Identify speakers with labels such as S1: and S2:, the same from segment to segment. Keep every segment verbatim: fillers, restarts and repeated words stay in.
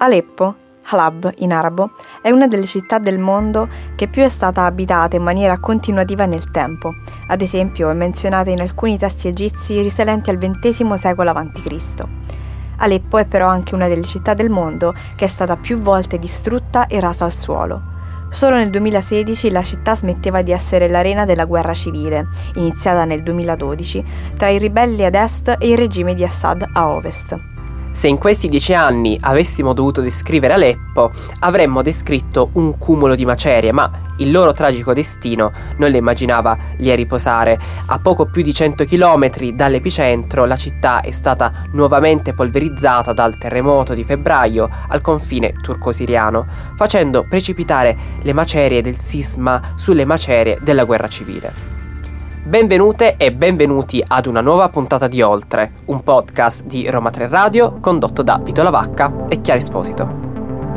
S1: Aleppo, Halab in arabo, è una delle città del mondo che più è stata abitata in maniera continuativa nel tempo. Ad esempio è menzionata in alcuni testi egizi risalenti al ventesimo secolo avanti Cristo Aleppo è però anche una delle città del mondo che è stata più volte distrutta e rasa al suolo. Solo nel duemilasedici la città smetteva di essere l'arena della guerra civile, iniziata nel duemiladodici, tra i ribelli ad est e il regime di Assad a ovest.
S2: Se in questi dieci anni avessimo dovuto descrivere Aleppo, avremmo descritto un cumulo di macerie, ma il loro tragico destino non le immaginava lì a riposare. A poco più di cento chilometri dall'epicentro, la città è stata nuovamente polverizzata dal terremoto di febbraio al confine turco-siriano, facendo precipitare le macerie del sisma sulle macerie della guerra civile. Benvenute e benvenuti ad una nuova puntata di Oltre, un podcast di Roma tre Radio condotto da Vito Lavacca e Chiara Esposito.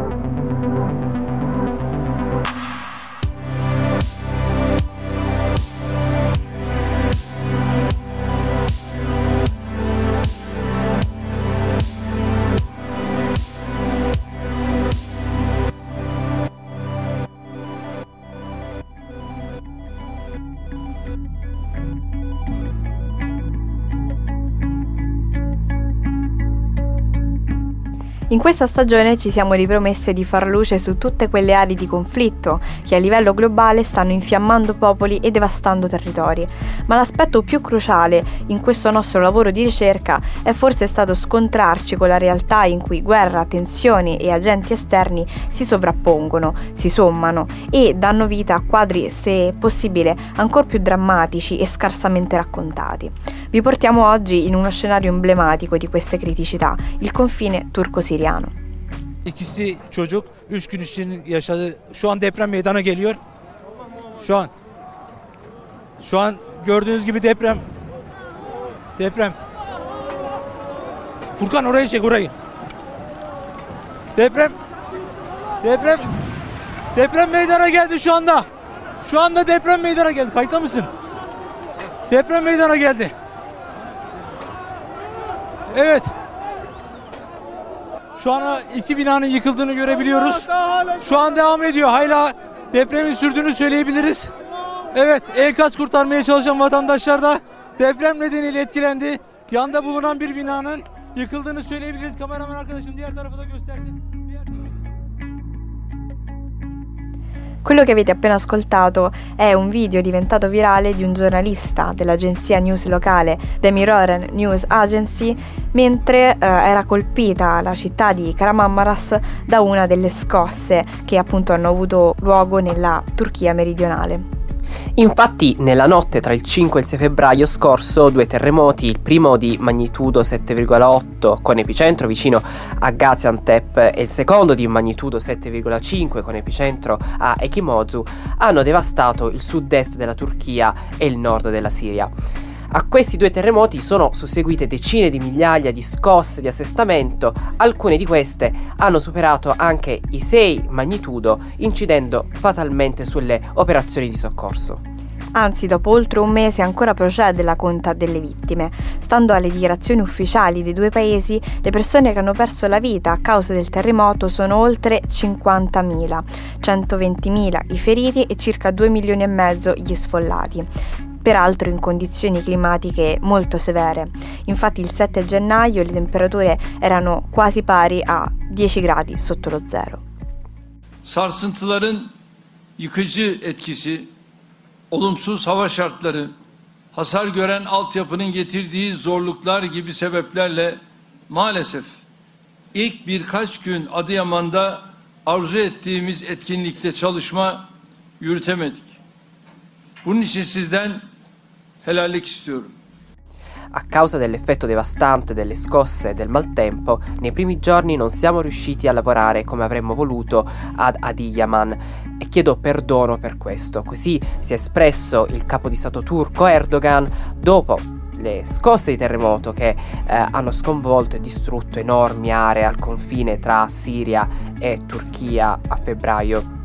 S1: In questa stagione ci siamo ripromesse di far luce su tutte quelle aree di conflitto che a livello globale stanno infiammando popoli e devastando territori, ma l'aspetto più cruciale in questo nostro lavoro di ricerca è forse stato scontrarci con la realtà in cui guerra, tensioni e agenti esterni si sovrappongono, si sommano e danno vita a quadri, se possibile, ancor più drammatici e scarsamente raccontati. Vi portiamo oggi in uno scenario emblematico di queste criticità, il confine turco-siriano.
S3: İkisi çocuk, üç gün için yaşadı. Şu an deprem meydana geliyor. Şu an. Şu an gördüğünüz gibi deprem. Deprem. Furkan orayı çek, orayı. Deprem. Deprem. Deprem meydana geldi şu anda. Şu anda deprem meydana geldi. Kayıtta mısın? Deprem meydana geldi. Evet. Şu an iki binanın yıkıldığını görebiliyoruz. Şu an devam ediyor. Hala depremin sürdüğünü söyleyebiliriz. Evet, enkaz kurtarmaya çalışan vatandaşlar da deprem nedeniyle etkilendi. Yanda bulunan bir binanın yıkıldığını söyleyebiliriz. Kameraman arkadaşım diğer tarafı da göstersin.
S1: Quello che avete appena ascoltato è un video diventato virale di un giornalista dell'agenzia news locale The Mirror News Agency mentre eh, era colpita la città di Kahramanmaraş da una delle scosse che appunto hanno avuto luogo nella Turchia meridionale.
S2: Infatti nella notte tra il cinque e il sei febbraio scorso due terremoti, il primo di magnitudo sette virgola otto con epicentro vicino a Gaziantep e il secondo di magnitudo sette virgola cinque con epicentro a Ekimozu, hanno devastato il sud-est della Turchia e il nord della Siria. A questi due terremoti sono susseguite decine di migliaia di scosse di assestamento, alcune di queste hanno superato anche i sei magnitudo, incidendo fatalmente sulle operazioni di soccorso.
S1: Anzi, dopo oltre un mese ancora procede la conta delle vittime. Stando alle dichiarazioni ufficiali dei due paesi, le persone che hanno perso la vita a causa del terremoto sono oltre cinquantamila, centoventimila i feriti e circa due milioni e mezzo gli sfollati. Peraltro in condizioni climatiche molto severe. Infatti il sette gennaio le temperature erano quasi pari a dieci gradi sotto lo zero.
S4: Sarsıntıların yıkıcı etkisi, olumsuz hava şartları, hasar gören altyapının getirdiği zorluklar gibi sebeplerle maalesef ilk birkaç gün Adıyaman'da arzu ettiğimiz etkinlikte çalışma yürütemedik. Bunun için sizden helallik istiyorum.
S2: A causa dell'effetto devastante delle scosse e del maltempo, nei primi giorni non siamo riusciti a lavorare come avremmo voluto ad Adıyaman e chiedo perdono per questo. Così si è espresso il capo di Stato turco Erdogan dopo le scosse di terremoto che eh, hanno sconvolto e distrutto enormi aree al confine tra Siria e Turchia a febbraio.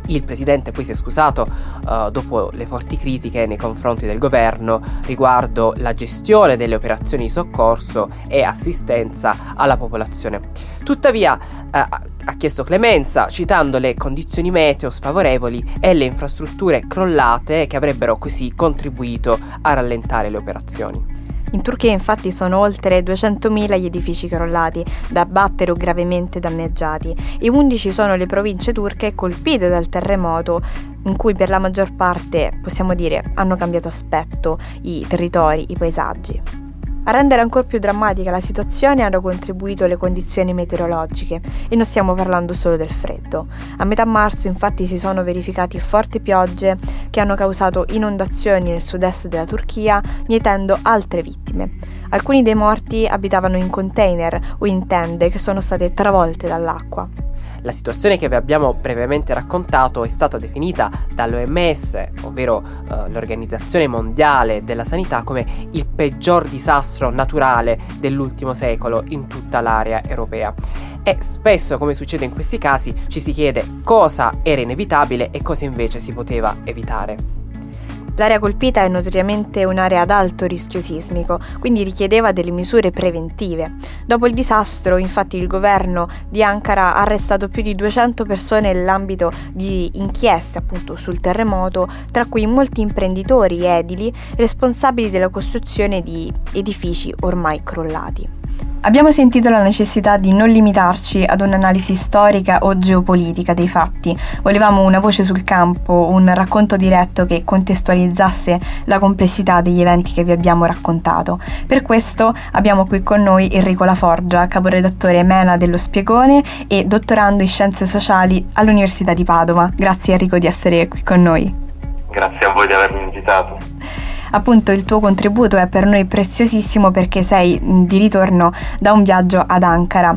S2: Il presidente poi si è scusato uh, dopo le forti critiche nei confronti del governo riguardo la gestione delle operazioni di soccorso e assistenza alla popolazione. Tuttavia uh, ha chiesto clemenza, citando le condizioni meteo sfavorevoli e le infrastrutture crollate che avrebbero così contribuito a rallentare le operazioni.
S1: In Turchia infatti sono oltre duecentomila gli edifici crollati, da abbattere o gravemente danneggiati, e undici sono le province turche colpite dal terremoto, in cui per la maggior parte, possiamo dire, hanno cambiato aspetto i territori, i paesaggi. A rendere ancora più drammatica la situazione hanno contribuito le condizioni meteorologiche, e non stiamo parlando solo del freddo. A metà marzo infatti si sono verificati forti piogge che hanno causato inondazioni nel sud-est della Turchia, mietendo altre vittime. Alcuni dei morti abitavano in container o in tende che sono state travolte dall'acqua.
S2: La situazione che vi abbiamo brevemente raccontato è stata definita dall'O M S, ovvero eh, l'Organizzazione Mondiale della Sanità, come il peggior disastro naturale dell'ultimo secolo in tutta l'area europea. E spesso, come succede in questi casi, ci si chiede cosa era inevitabile e cosa invece si poteva evitare.
S1: L'area colpita è notoriamente un'area ad alto rischio sismico, quindi richiedeva delle misure preventive. Dopo il disastro, infatti, il governo di Ankara ha arrestato più di duecento persone nell'ambito di inchieste appunto sul terremoto, tra cui molti imprenditori edili responsabili della costruzione di edifici ormai crollati. Abbiamo sentito la necessità di non limitarci ad un'analisi storica o geopolitica dei fatti. Volevamo una voce sul campo, un racconto diretto che contestualizzasse la complessità degli eventi che vi abbiamo raccontato. Per questo abbiamo qui con noi Enrico Laforgia, caporedattore MENA dello Spiegone e dottorando in Scienze Sociali all'Università di Padova. Grazie Enrico di essere qui con noi.
S5: Grazie a voi di avermi invitato.
S1: Appunto, il tuo contributo è per noi preziosissimo perché sei di ritorno da un viaggio ad Ankara.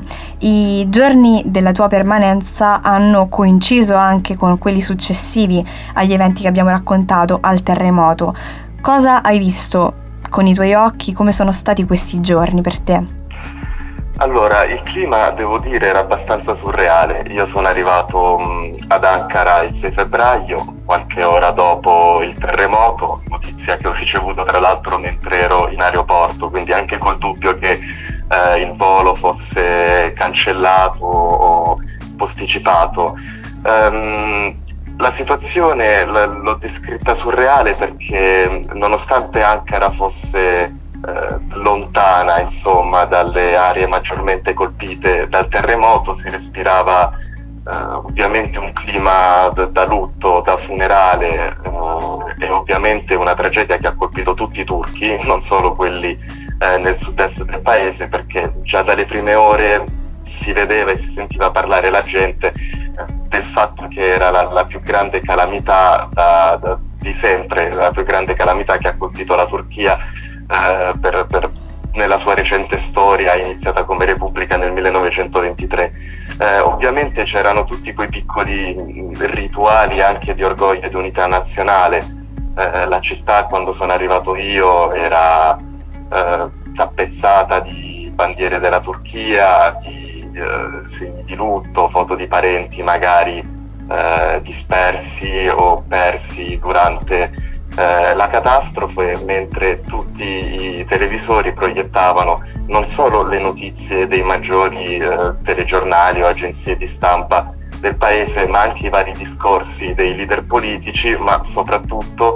S1: I giorni della tua permanenza hanno coinciso anche con quelli successivi agli eventi che abbiamo raccontato, al terremoto. Cosa hai visto con i tuoi occhi? Come sono stati questi giorni per te?
S5: Allora, il clima, devo dire, era abbastanza surreale. Io sono arrivato mh, ad Ankara il sei febbraio, qualche ora dopo il terremoto, notizia che ho ricevuto tra l'altro mentre ero in aeroporto, quindi anche col dubbio che eh, il volo fosse cancellato o posticipato. Um, la situazione l- l'ho descritta surreale perché, nonostante Ankara fosse Eh, lontana insomma dalle aree maggiormente colpite dal terremoto, si respirava eh, ovviamente un clima d- da lutto, da funerale eh, e ovviamente una tragedia che ha colpito tutti i turchi, non solo quelli eh, nel sud-est del paese, perché già dalle prime ore si vedeva e si sentiva parlare la gente eh, del fatto che era la, la più grande calamità da, da, di sempre, la più grande calamità che ha colpito la Turchia Uh, per, per, nella sua recente storia, iniziata come repubblica nel millenovecentoventitré. Uh, ovviamente c'erano tutti quei piccoli rituali anche di orgoglio ed unità nazionale. Uh, la città, quando sono arrivato io, era uh, tappezzata di bandiere della Turchia, di uh, segni di lutto, foto di parenti magari uh, dispersi o persi durante Eh, la catastrofe, mentre tutti i televisori proiettavano non solo le notizie dei maggiori eh, telegiornali o agenzie di stampa del paese, ma anche i vari discorsi dei leader politici, ma soprattutto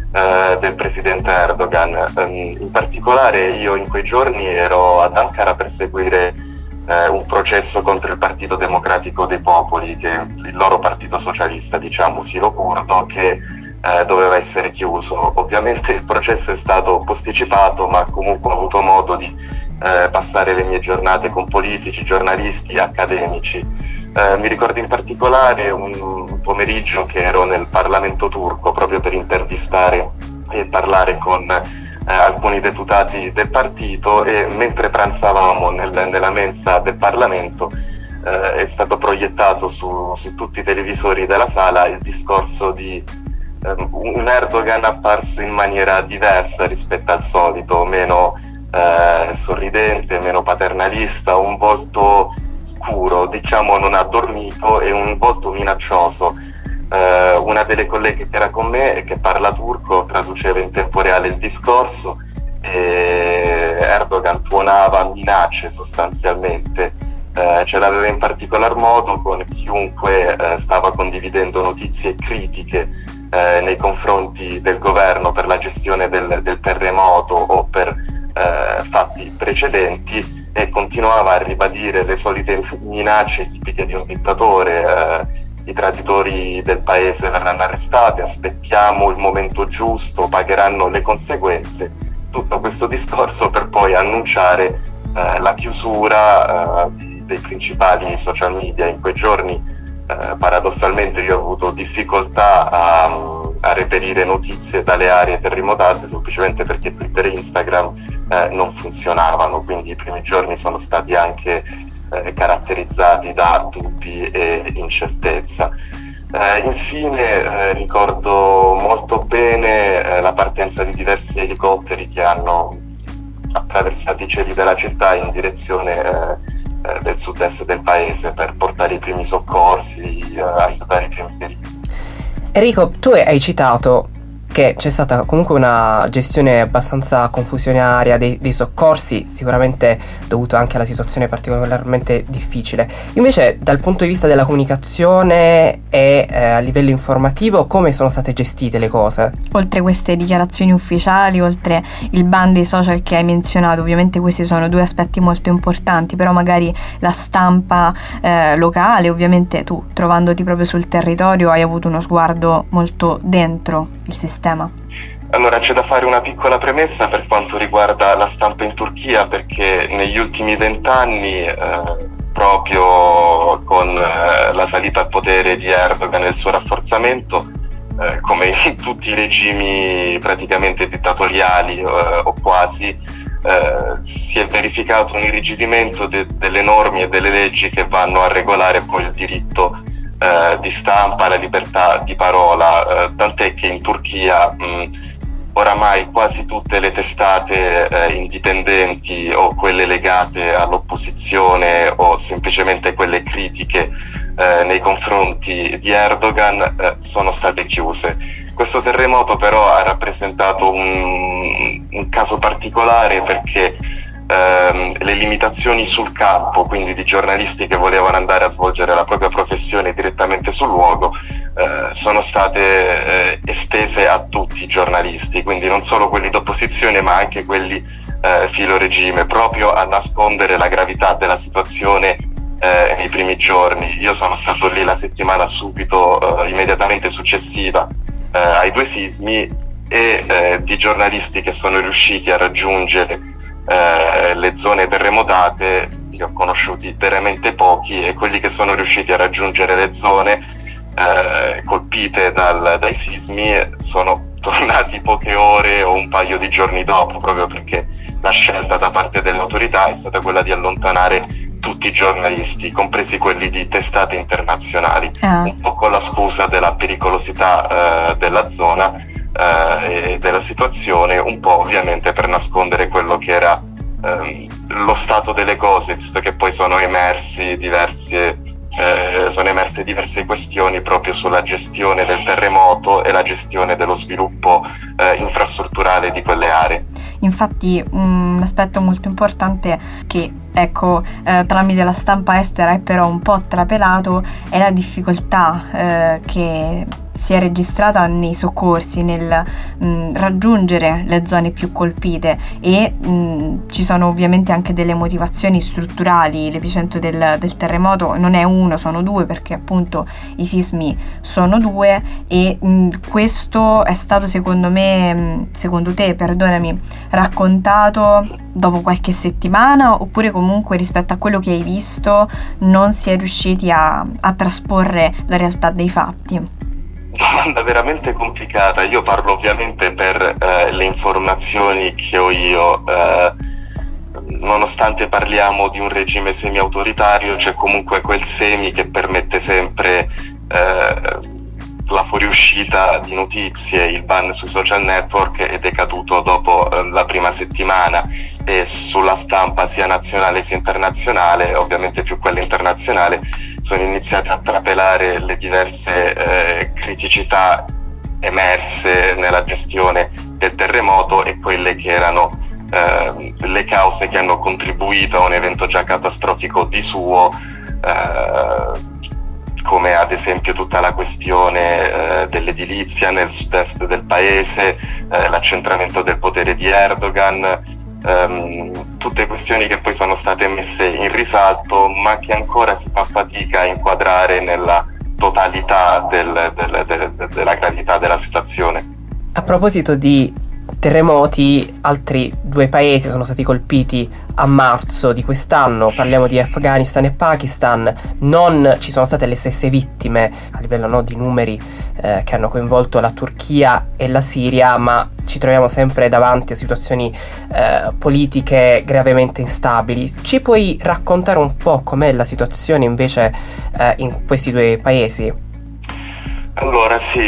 S5: eh, del presidente Erdogan. Um, in particolare io in quei giorni ero ad Ankara per seguire eh, un processo contro il Partito Democratico dei Popoli, che è il loro partito socialista, diciamo, filo-curdo, che Eh, doveva essere chiuso. Ovviamente il processo è stato posticipato, ma comunque ho avuto modo di eh, passare le mie giornate con politici, giornalisti, accademici. Eh, mi ricordo in particolare un, un pomeriggio che ero nel Parlamento turco proprio per intervistare e parlare con eh, alcuni deputati del partito, e mentre pranzavamo nel, nella mensa del Parlamento eh, è stato proiettato su, su tutti i televisori della sala il discorso di un Erdogan apparso in maniera diversa rispetto al solito, meno eh, sorridente, meno paternalista, un volto scuro, diciamo non addormito, e un volto minaccioso. eh, una delle colleghe che era con me e che parla turco traduceva in tempo reale il discorso e Erdogan tuonava minacce sostanzialmente. Eh, ce l'aveva in particolar modo con chiunque eh, stava condividendo notizie critiche eh, nei confronti del governo per la gestione del, del terremoto o per eh, fatti precedenti, e continuava a ribadire le solite minacce tipiche di un dittatore. Eh, i traditori del paese verranno arrestati, aspettiamo il momento giusto, pagheranno le conseguenze. Tutto questo discorso per poi annunciare eh, la chiusura eh, di, dei principali social media. In quei giorni eh, paradossalmente io ho avuto difficoltà a, a reperire notizie dalle aree terremotate, semplicemente perché Twitter e Instagram eh, non funzionavano, quindi i primi giorni sono stati anche eh, caratterizzati da dubbi e incertezza. Eh, infine eh, ricordo molto bene eh, la partenza di diversi elicotteri che hanno attraversato i cieli della città in direzione eh, eh, del sud-est del paese per portare i primi soccorsi, eh, aiutare i primi feriti.
S2: Enrico, tu hai citato che c'è stata comunque una gestione abbastanza confusionaria dei, dei soccorsi, sicuramente dovuto anche alla situazione particolarmente difficile. Invece dal punto di vista della comunicazione e eh, a livello informativo, come sono state gestite le cose?
S1: Oltre queste dichiarazioni ufficiali, oltre il ban dei social che hai menzionato, ovviamente questi sono due aspetti molto importanti, però magari la stampa eh, locale, ovviamente tu trovandoti proprio sul territorio hai avuto uno sguardo molto dentro il sistema.
S5: Allora, c'è da fare una piccola premessa per quanto riguarda la stampa in Turchia, perché negli ultimi vent'anni, eh, proprio con eh, la salita al potere di Erdogan e il suo rafforzamento, eh, come in tutti i regimi praticamente dittatoriali eh, o quasi, eh, si è verificato un irrigidimento de- delle norme e delle leggi che vanno a regolare poi il diritto Eh, di stampa, la libertà di parola, eh, tant'è che in Turchia mh, oramai quasi tutte le testate eh, indipendenti o quelle legate all'opposizione o semplicemente quelle critiche eh, nei confronti di Erdogan eh, sono state chiuse. Questo terremoto però ha rappresentato un, un caso particolare perché ehm, le limitazioni sul campo, quindi di giornalisti che volevano andare a svolgere la propria professione direttamente sul luogo, eh, sono state eh, estese a tutti i giornalisti, quindi non solo quelli d'opposizione ma anche quelli eh, filo regime, proprio a nascondere la gravità della situazione eh, nei primi giorni. Io sono stato lì la settimana subito, eh, immediatamente successiva eh, ai due sismi, e eh, di giornalisti che sono riusciti a raggiungere Eh, le zone terremotate li ho conosciuti veramente pochi, e quelli che sono riusciti a raggiungere le zone eh, colpite dal, dai sismi sono tornati poche ore o un paio di giorni dopo, proprio perché la scelta da parte delle autorità è stata quella di allontanare tutti i giornalisti, compresi quelli di testate internazionali, ah. un po' con la scusa della pericolosità eh, della zona Uh, e della situazione, un po' ovviamente per nascondere quello che era um, lo stato delle cose, visto che poi sono emersi diverse eh, sono emerse diverse questioni proprio sulla gestione del terremoto e la gestione dello sviluppo eh, infrastrutturale di quelle aree.
S1: Infatti un aspetto molto importante che ecco eh, tramite la stampa estera è però un po' trapelato è la difficoltà eh, che si è registrata nei soccorsi, nel mh, raggiungere le zone più colpite, e mh, ci sono ovviamente anche delle motivazioni strutturali. L'epicentro del, del terremoto non è uno, sono due, perché appunto i sismi sono due, e mh, questo è stato secondo me, mh, secondo te, perdonami, raccontato dopo qualche settimana, oppure comunque rispetto a quello che hai visto non si è riusciti a, a trasporre la realtà dei fatti?
S5: Domanda veramente complicata. Io parlo ovviamente per eh, le informazioni che ho io. Eh, nonostante parliamo di un regime semi-autoritario, c'è comunque quel semi che permette sempre eh, la fuoriuscita di notizie. Il ban sui social network è decaduto dopo eh, la prima settimana, e sulla stampa sia nazionale sia internazionale, ovviamente più quella internazionale, sono iniziate a trapelare le diverse eh, criticità emerse nella gestione del terremoto e quelle che erano eh, le cause che hanno contribuito a un evento già catastrofico di suo, eh, come ad esempio tutta la questione eh, dell'edilizia nel sud-est del paese, eh, l'accentramento del potere di Erdogan, ehm, tutte questioni che poi sono state messe in risalto ma che ancora si fa fatica a inquadrare nella totalità del, del, del, della gravità della situazione.
S2: A proposito di terremoti, altri due paesi sono stati colpiti a marzo di quest'anno, parliamo di Afghanistan e Pakistan. Non ci sono state le stesse vittime a livello no, di numeri eh, che hanno coinvolto la Turchia e la Siria, ma ci troviamo sempre davanti a situazioni eh, politiche gravemente instabili. Ci puoi raccontare un po' com'è la situazione invece eh, in questi due paesi?
S5: Allora sì,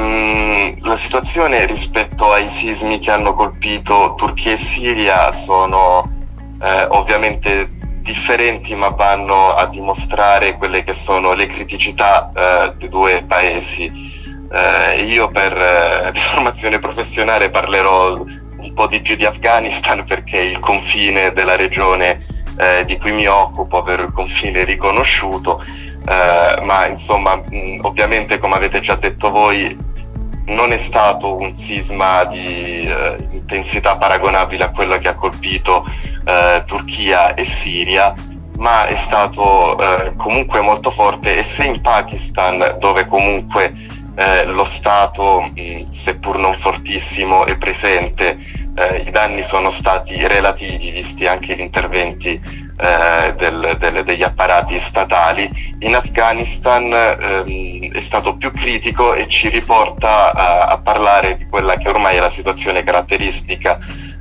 S5: um, la situazione rispetto ai sismi che hanno colpito Turchia e Siria sono eh, ovviamente differenti, ma vanno a dimostrare quelle che sono le criticità eh, dei due paesi. Eh, io per eh, formazione professionale parlerò un po' di più di Afghanistan perché è il confine della regione eh, di cui mi occupo, per il confine riconosciuto. Uh, ma insomma mh, ovviamente, come avete già detto voi, non è stato un sisma di uh, intensità paragonabile a quello che ha colpito uh, Turchia e Siria, ma è stato uh, comunque molto forte. E se in Pakistan, dove comunque uh, lo Stato, mh, seppur non fortissimo, è presente, uh, i danni sono stati relativi visti anche gli interventi Eh, del, del, degli apparati statali, in Afghanistan ehm, è stato più critico e ci riporta a, a parlare di quella che ormai è la situazione caratteristica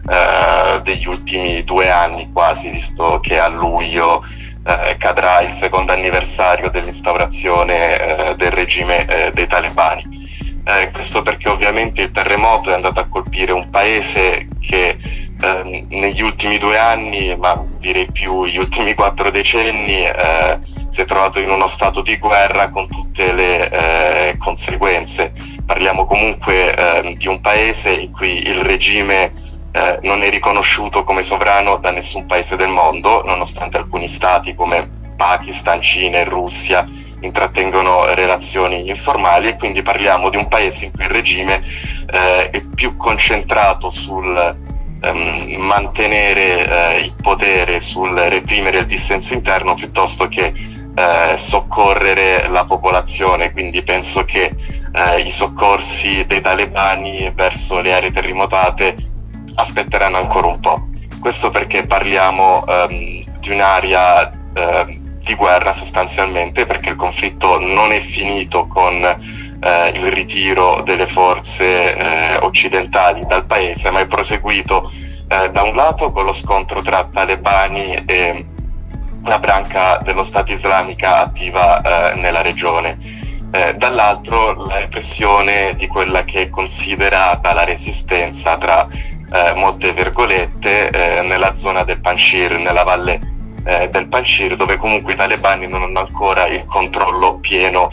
S5: eh, degli ultimi due anni quasi, visto che a luglio eh, cadrà il secondo anniversario dell'instaurazione eh, del regime eh, dei talebani. Eh, questo perché ovviamente il terremoto è andato a colpire un paese che eh, negli ultimi due anni, ma direi più gli ultimi quattro decenni, eh, si è trovato in uno stato di guerra con tutte le eh, conseguenze. Parliamo comunque eh, di un paese in cui il regime eh, non è riconosciuto come sovrano da nessun paese del mondo, nonostante alcuni stati come Pakistan, Cina e Russia intrattengono relazioni informali, e quindi parliamo di un paese in cui il regime eh, è più concentrato sul ehm, mantenere eh, il potere, sul reprimere il dissenso interno piuttosto che eh, soccorrere la popolazione. Quindi penso che eh, i soccorsi dei talebani verso le aree terremotate aspetteranno ancora un po'. Questo perché parliamo ehm, di un'area ehm, di guerra sostanzialmente, perché il conflitto non è finito con eh, il ritiro delle forze eh, occidentali dal paese, ma è proseguito eh, da un lato con lo scontro tra talebani e la branca dello Stato islamica attiva eh, nella regione, eh, dall'altro la repressione di quella che è considerata la resistenza, tra eh, molte virgolette, eh, nella zona del Panjshir, nella valle Eh, del Panjshir, dove comunque i talebani non hanno ancora il controllo pieno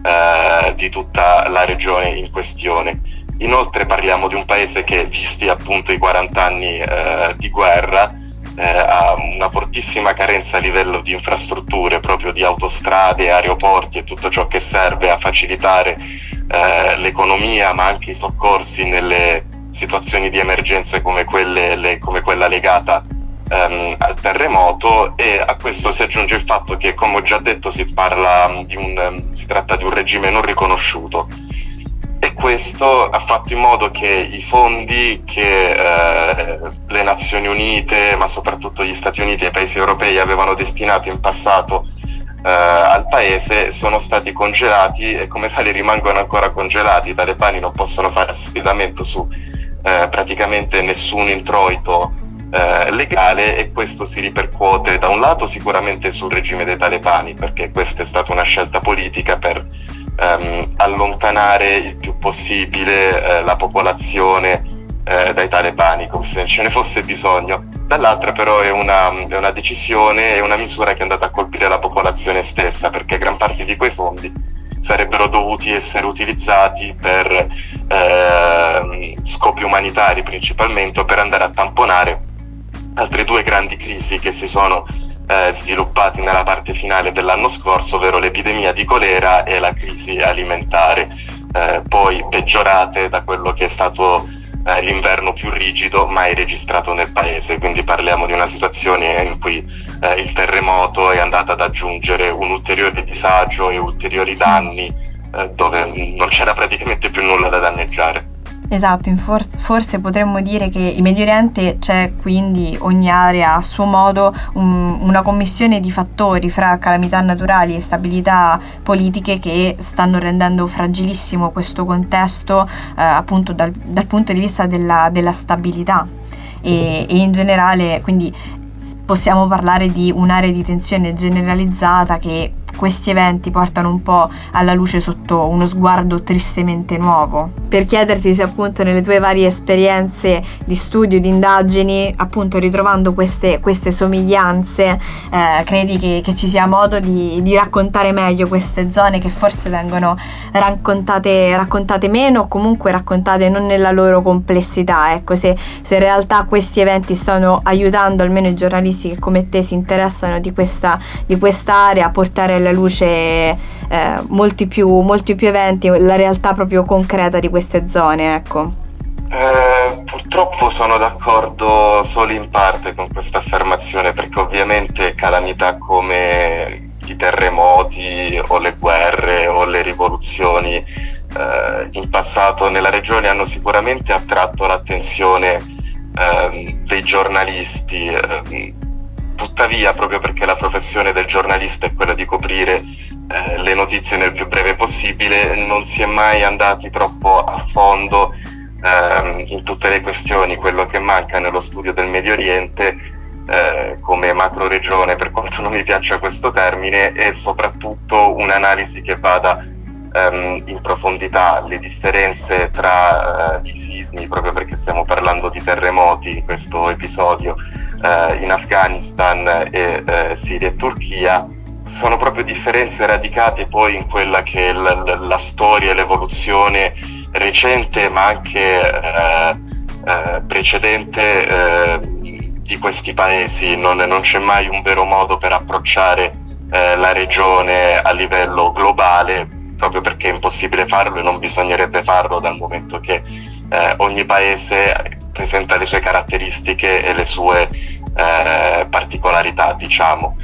S5: eh, di tutta la regione in questione. Inoltre parliamo di un paese che, visti appunto i quaranta anni eh, di guerra, eh, ha una fortissima carenza a livello di infrastrutture, proprio di autostrade, aeroporti e tutto ciò che serve a facilitare eh, l'economia, ma anche i soccorsi nelle situazioni di emergenze come quelle le, come quella legata Um, al terremoto. E a questo si aggiunge il fatto che, come ho già detto, si parla di un um, si tratta di un regime non riconosciuto, e questo ha fatto in modo che i fondi che uh, le Nazioni Unite, ma soprattutto gli Stati Uniti e i paesi europei avevano destinato in passato uh, al paese sono stati congelati, e come tali rimangono ancora congelati. I talebani non possono fare affidamento su uh, praticamente nessun introito Eh, legale, e questo si ripercuote da un lato sicuramente sul regime dei talebani, perché questa è stata una scelta politica per ehm, allontanare il più possibile eh, la popolazione eh, dai talebani, come se ce ne fosse bisogno. dall'altra però è una, è una decisione, è una misura che è andata a colpire la popolazione stessa, perché gran parte di quei fondi sarebbero dovuti essere utilizzati per eh, scopi umanitari principalmente, o per andare a tamponare altre due grandi crisi che si sono eh, sviluppate nella parte finale dell'anno scorso, ovvero l'epidemia di colera e la crisi alimentare, eh, poi peggiorate da quello che è stato eh, l'inverno più rigido mai registrato nel paese. Quindi parliamo di una situazione in cui eh, il terremoto è andato ad aggiungere un ulteriore disagio e ulteriori danni eh, dove non c'era praticamente più nulla da danneggiare.
S1: Esatto, in for- forse potremmo dire che in Medio Oriente c'è quindi ogni area a suo modo un, una commissione di fattori fra calamità naturali e stabilità politiche che stanno rendendo fragilissimo questo contesto eh, appunto dal, dal punto di vista della, della stabilità e, e in generale, quindi possiamo parlare di un'area di tensione generalizzata che questi eventi portano un po' alla luce sotto uno sguardo tristemente nuovo. Per chiederti se appunto nelle tue varie esperienze di studio, di indagini, appunto ritrovando queste, queste somiglianze, eh, credi che, che ci sia modo di, di raccontare meglio queste zone che forse vengono raccontate, raccontate meno, o comunque raccontate non nella loro complessità, ecco, se, se in realtà questi eventi stanno aiutando almeno i giornalisti che come te si interessano di questa, di questa area a portare alla luce eh, molti più molti più eventi, la realtà proprio concreta di queste zone, ecco.
S5: Eh, purtroppo sono d'accordo solo in parte con questa affermazione, perché ovviamente calamità come i terremoti o le guerre o le rivoluzioni eh, in passato nella regione hanno sicuramente attratto l'attenzione eh, dei giornalisti. Eh, Tuttavia, proprio perché la professione del giornalista è quella di coprire eh, le notizie nel più breve possibile, non si è mai andati troppo a fondo eh, in tutte le questioni. Quello che manca nello studio del Medio Oriente eh, come macro regione, per quanto non mi piaccia questo termine, è soprattutto un'analisi che vada ehm, in profondità. Le differenze tra eh, i sismi, proprio perché stiamo parlando di terremoti in questo episodio, in Afghanistan e eh, Siria e Turchia, sono proprio differenze radicate poi in quella che è la, la, la storia e l'evoluzione recente ma anche eh, eh, precedente eh, di questi paesi. Non, non c'è mai un vero modo per approcciare eh, la regione a livello globale, proprio perché è impossibile farlo e non bisognerebbe farlo, dal momento che eh, ogni paese presenta le sue caratteristiche e le sue eh, particolarità, diciamo.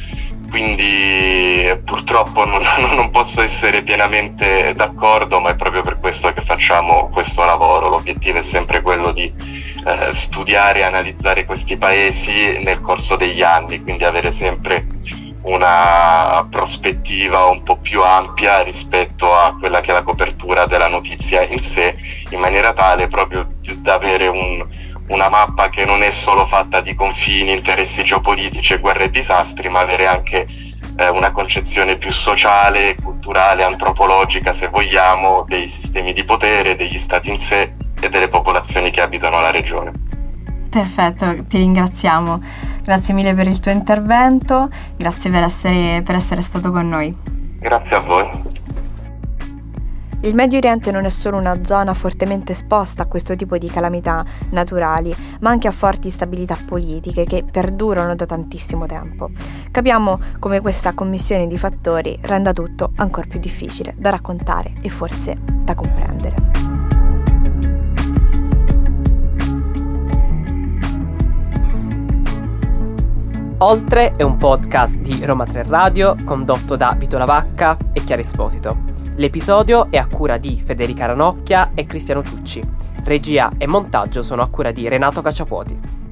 S5: Quindi purtroppo non, non posso essere pienamente d'accordo, ma è proprio per questo che facciamo questo lavoro. L'obiettivo è sempre quello di eh, studiare e analizzare questi paesi nel corso degli anni, quindi avere sempre una prospettiva un po' più ampia rispetto a quella che è la copertura della notizia in sé, in maniera tale proprio da avere un, una mappa che non è solo fatta di confini, interessi geopolitici e guerre e disastri, ma avere anche eh, una concezione più sociale, culturale, antropologica, se vogliamo, dei sistemi di potere, degli stati in sé e delle popolazioni che abitano la regione.
S1: Perfetto, ti ringraziamo. Grazie mille per il tuo intervento, grazie per essere, per essere stato con noi.
S5: Grazie a voi.
S1: Il Medio Oriente non è solo una zona fortemente esposta a questo tipo di calamità naturali, ma anche a forti instabilità politiche che perdurano da tantissimo tempo. Capiamo come questa commissione di fattori renda tutto ancora più difficile da raccontare e forse da comprendere.
S2: Oltre è un podcast di Roma tre Radio condotto da Vito Lavacca e Chiara Esposito. L'episodio è a cura di Federica Ranocchia e Cristiano Ciucci. Regia e montaggio sono a cura di Renato Cacciapuoti.